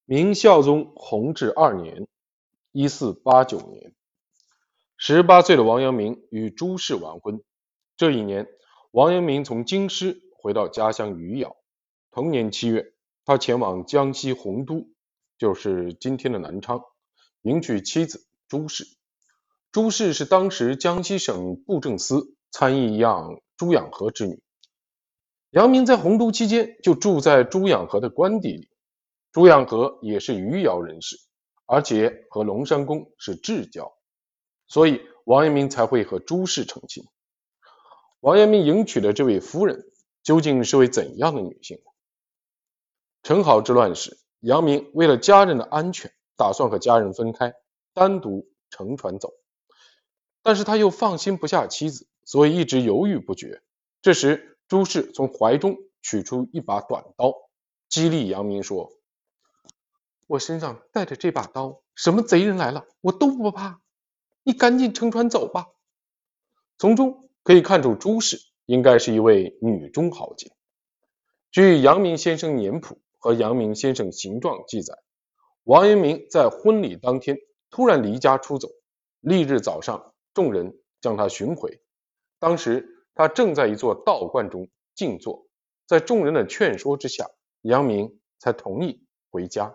明孝宗弘治2年（1489年），18岁的王阳明与朱氏完婚。这一年，王阳明从京师回到家乡余姚。同年7月，他前往江西洪都，就是今天的南昌，迎娶妻子朱氏。朱氏是当时江西省布政司参议样朱养和之女。阳明在洪都期间就住在朱养和的官邸里。朱养和也是余姚人士，而且和龙山公是至交，所以王阳明才会和朱氏成亲。王阳明迎娶的这位夫人究竟是位怎样的女性呢？陈好之乱时，阳明为了家人的安全，打算和家人分开，单独乘船走。但是他又放心不下妻子，所以一直犹豫不决。这时朱氏从怀中取出一把短刀，激励阳明说：我身上带着这把刀，什么贼人来了我都不怕，你赶紧乘船走吧。从中可以看出朱氏应该是一位女中豪杰。据阳明先生年谱和阳明先生形状记载，王阳明在婚礼当天突然离家出走，翌日早上众人将他寻回，当时他正在一座道观中静坐，在众人的劝说之下，阳明才同意回家。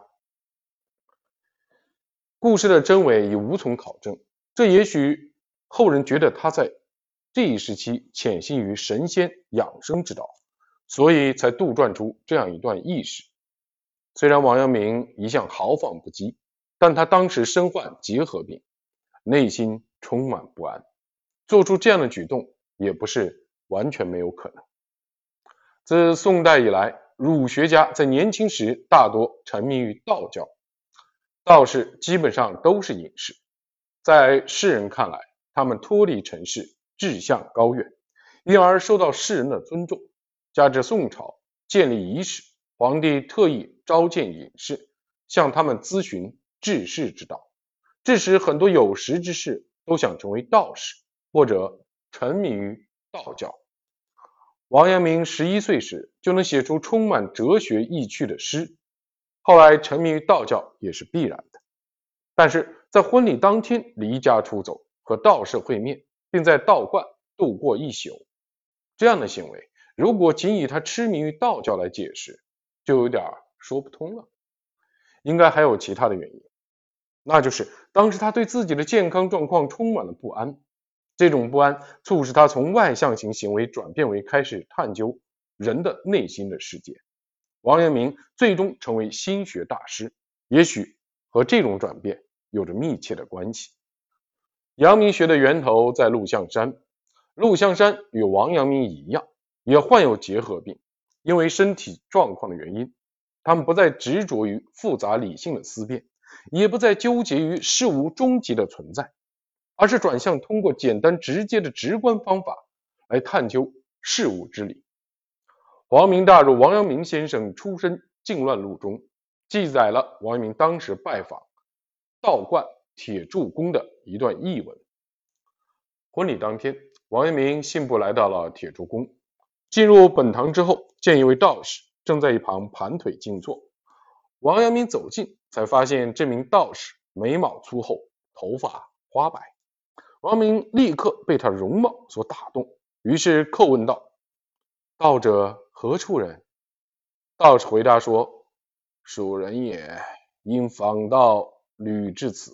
故事的真伪已无从考证，这也许后人觉得他在这一时期潜心于神仙养生之道，所以才杜撰出这样一段轶事。虽然王阳明一向豪放不羁，但他当时身患结核病，内心充满不安，做出这样的举动也不是完全没有可能。自宋代以来，儒学家在年轻时大多沉迷于道教，道士基本上都是隐士，在世人看来，他们脱离尘世，志向高远，因而受到世人的尊重。加之宋朝建立仪式，皇帝特意召见隐士，向他们咨询治世之道，致使很多有识之士都想成为道士，或者沉迷于道教。王阳明11岁时就能写出充满哲学意趣的诗，后来沉迷于道教也是必然的。但是在婚礼当天离家出走，和道士会面，并在道观度过一宿，这样的行为如果仅以他痴迷于道教来解释，就有点说不通了。应该还有其他的原因，那就是当时他对自己的健康状况充满了不安，这种不安促使他从外向型行为转变为开始探究人的内心的世界。王阳明最终成为心学大师，也许和这种转变有着密切的关系。阳明学的源头在陆象山，陆象山与王阳明一样，也患有结核病，因为身体状况的原因，他们不再执着于复杂理性的思辨，也不再纠结于事物终极的存在，而是转向通过简单直接的直观方法来探究事物之理。王明大儒王阳明先生出身靖乱录中记载了王阳明当时拜访道观铁柱公的一段译文。婚礼当天，王阳明信步来到了铁柱公，进入本堂之后，见一位道士正在一旁盘腿静坐。王阳明走近，才发现这名道士眉毛粗厚，头发花白。王阳明立刻被他容貌所打动，于是叩问道：道者何处人？道士回答说：蜀人也，因访道屡至此。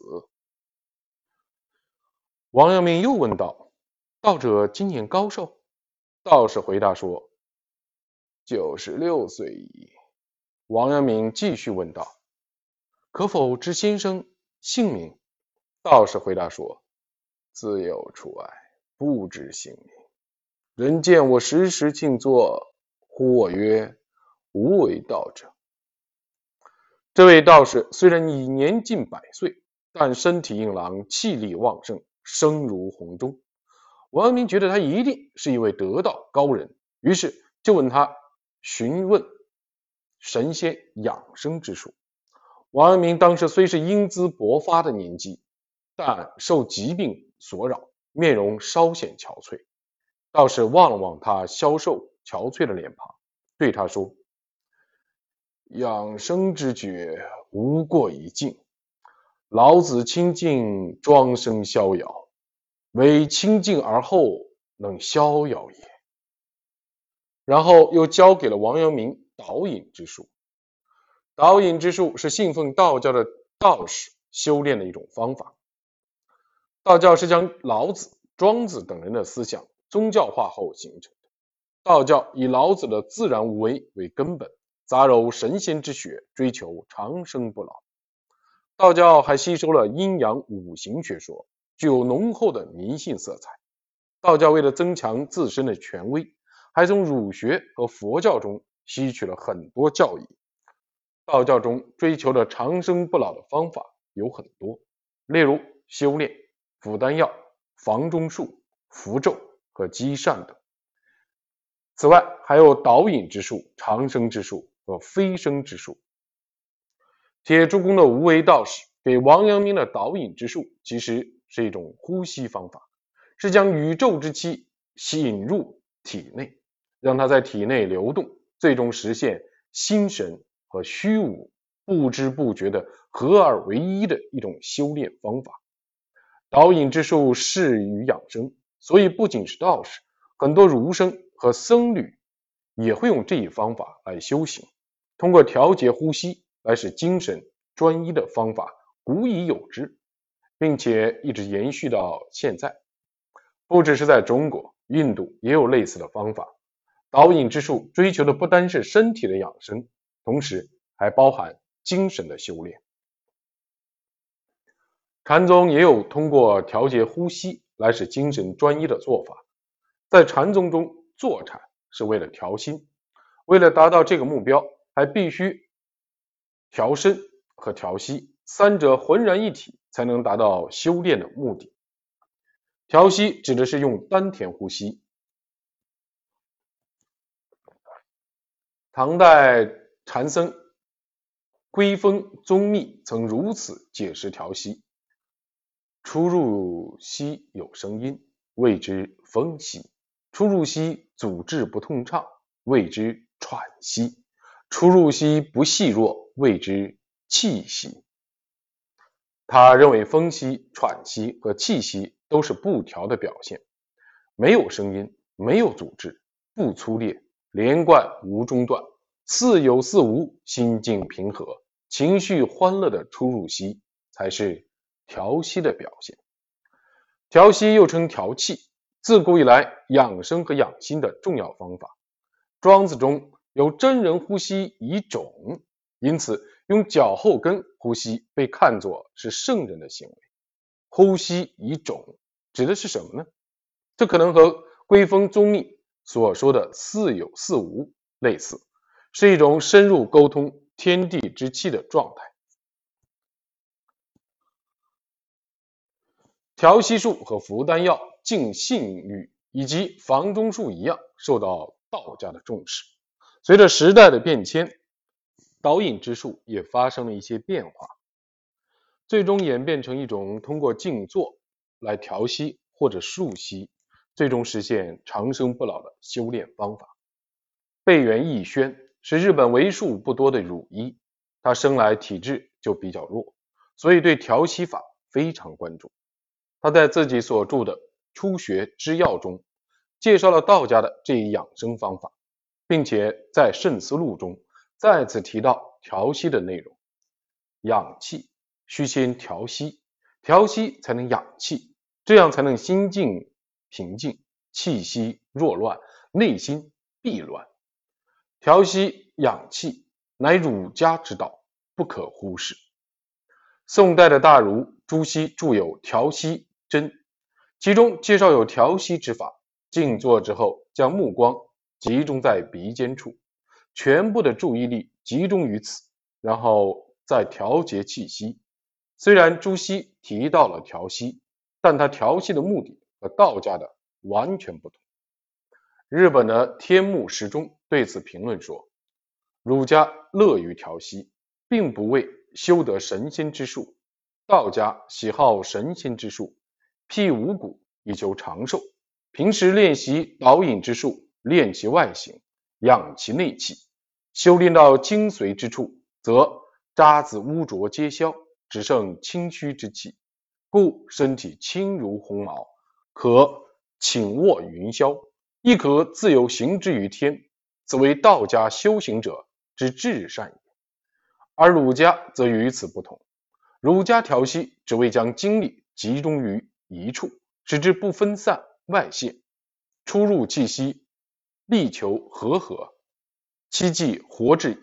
王阳明又问道：道者今年高寿？道士回答说：96岁矣。王阳明继续问道：可否知先生姓名？道士回答说：自有除外，不知姓名。人见我时时静坐，呼我曰：无为道者。这位道士虽然已年近100岁，但身体硬朗，气力旺盛，声如洪钟。王阳明觉得他一定是一位得道高人，于是就问他询问神仙养生之术。王阳明当时虽是英姿勃发的年纪，但受疾病所扰，面容稍显憔悴。道士望了望他消瘦憔悴的脸庞，对他说： 养生之诀，无过一境。老子清静，庄生逍遥。唯清静而后能逍遥也。然后又教给了王阳明导引之术。导引之术是信奉道教的道士修炼的一种方法。道教是将老子、庄子等人的思想宗教化后形成的。道教以老子的自然无为为根本，杂糅神仙之学，追求长生不老。道教还吸收了阴阳五行学说，具有浓厚的迷信色彩。道教为了增强自身的权威，还从儒学和佛教中吸取了很多教义。道教中追求的长生不老的方法有很多，例如修炼、服丹药、房中术、符咒和积善等。此外，还有导引之术、长生之术和飞升之术。铁柱公的无为道士给王阳明的导引之术，其实是一种呼吸方法，是将宇宙之气吸引入体内，让它在体内流动，最终实现心神和虚无不知不觉的合二为一的一种修炼方法。导引之术适于养生，所以不仅是道士，很多儒生和僧侣也会用这一方法来修行。通过调节呼吸来使精神专一的方法古已有之，并且一直延续到现在。不只是在中国，印度也有类似的方法。导引之术追求的不单是身体的养生，同时还包含精神的修炼。禅宗也有通过调节呼吸来使精神专一的做法。在禅宗中，坐禅是为了调心，为了达到这个目标，还必须调身和调息，三者浑然一体，才能达到修炼的目的。调息指的是用丹田呼吸。唐代禅僧归峰宗密曾如此解释调息：出入息有声音，谓之风息；出入息阻滞不通畅，谓之喘息；出入息不细弱，谓之气息。他认为风息、喘息和气息都是不调的表现，没有声音，没有阻滞，不粗劣，连贯无中断，似有似无，心境平和，情绪欢乐的出入息才是调息的表现。调息又称调气，自古以来养生和养心的重要方法。庄子中有真人呼吸以种，因此用脚后跟呼吸被看作是圣人的行为。呼吸以种指的是什么呢？这可能和归峰宗密所说的似有似无类似，是一种深入沟通天地之气的状态。调息术和服丹药、静性欲以及房中术一样，受到道家的重视。随着时代的变迁，导引之术也发生了一些变化，最终演变成一种通过静坐来调息或者数息，最终实现长生不老的修炼方法。贝原义宣是日本为数不多的儒医，他生来体质就比较弱，所以对调息法非常关注。他在自己所著的《初学之要》中介绍了道家的这一养生方法，并且在《慎思录》中再次提到调息的内容。养气需先调息，调息才能养气，这样才能心境平静，气息若乱，内心必乱。调息养气乃儒家之道，不可忽视。宋代的大儒朱熹著有《调息针》，其中介绍有调息之法。静坐之后，将目光集中在鼻尖处，全部的注意力集中于此，然后再调节气息。虽然朱熹提到了调息，但他调息的目的和道家的完全不同。日本的天目时中对此评论说，儒家乐于调息，并不为修得神仙之术，道家喜好神仙之术，辟五谷以求长寿，平时练习导引之术，练其外形，养其内气， 修炼到精髓之处，则渣滓污浊皆消，只剩清虚之气，故身体轻如鸿毛，可倾卧云霄，亦可自由行之于天，此为道家修行者之至善也。而儒家则与此不同，儒家调息只为将精力集中于一处，使之不分散外泄，出入气息，力求和合，期冀活至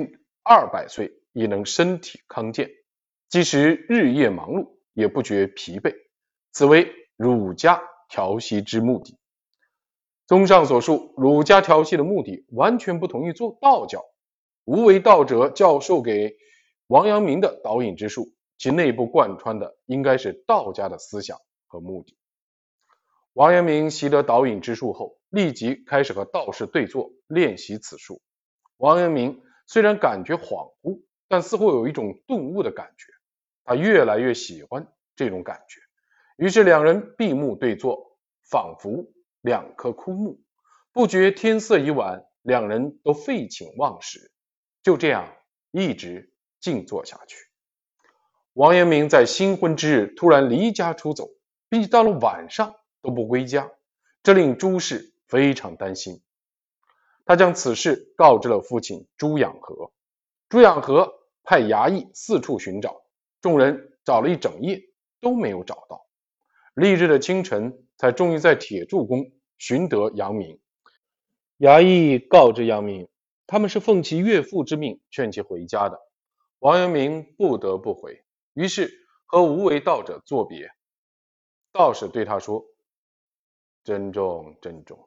1200岁，也能身体康健，即使日夜忙碌，也不觉疲惫，此为儒家调息之目的。综上所述，儒家调息的目的完全不同于做道教。无为道者教授给王阳明的导引之术，其内部贯穿的应该是道家的思想和目的。王阳明习得导引之术后，立即开始和道士对坐，练习此术。王阳明虽然感觉恍惚，但似乎有一种顿悟的感觉，他越来越喜欢这种感觉，于是两人闭目对坐，仿佛两棵枯木，不觉天色已晚，两人都废寝忘食，就这样一直静坐下去。王阳明在新婚之日突然离家出走，并且到了晚上都不归家，这令朱氏非常担心。他将此事告知了父亲朱养和，朱养和派衙役四处寻找，众人找了一整夜都没有找到。翌日的清晨，才终于在铁柱宫寻得杨明。衙役告知杨明，他们是奉其岳父之命劝其回家的。王阳明不得不回，于是和无为道者作别。道士对他说：珍重珍重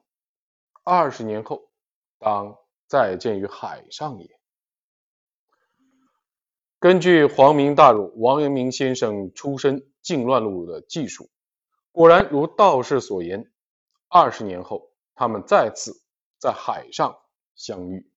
，20年后当再见于海上也。根据皇明大儒王阳明先生出身靖乱录的记述，果然如道士所言，20年后他们再次在海上相遇。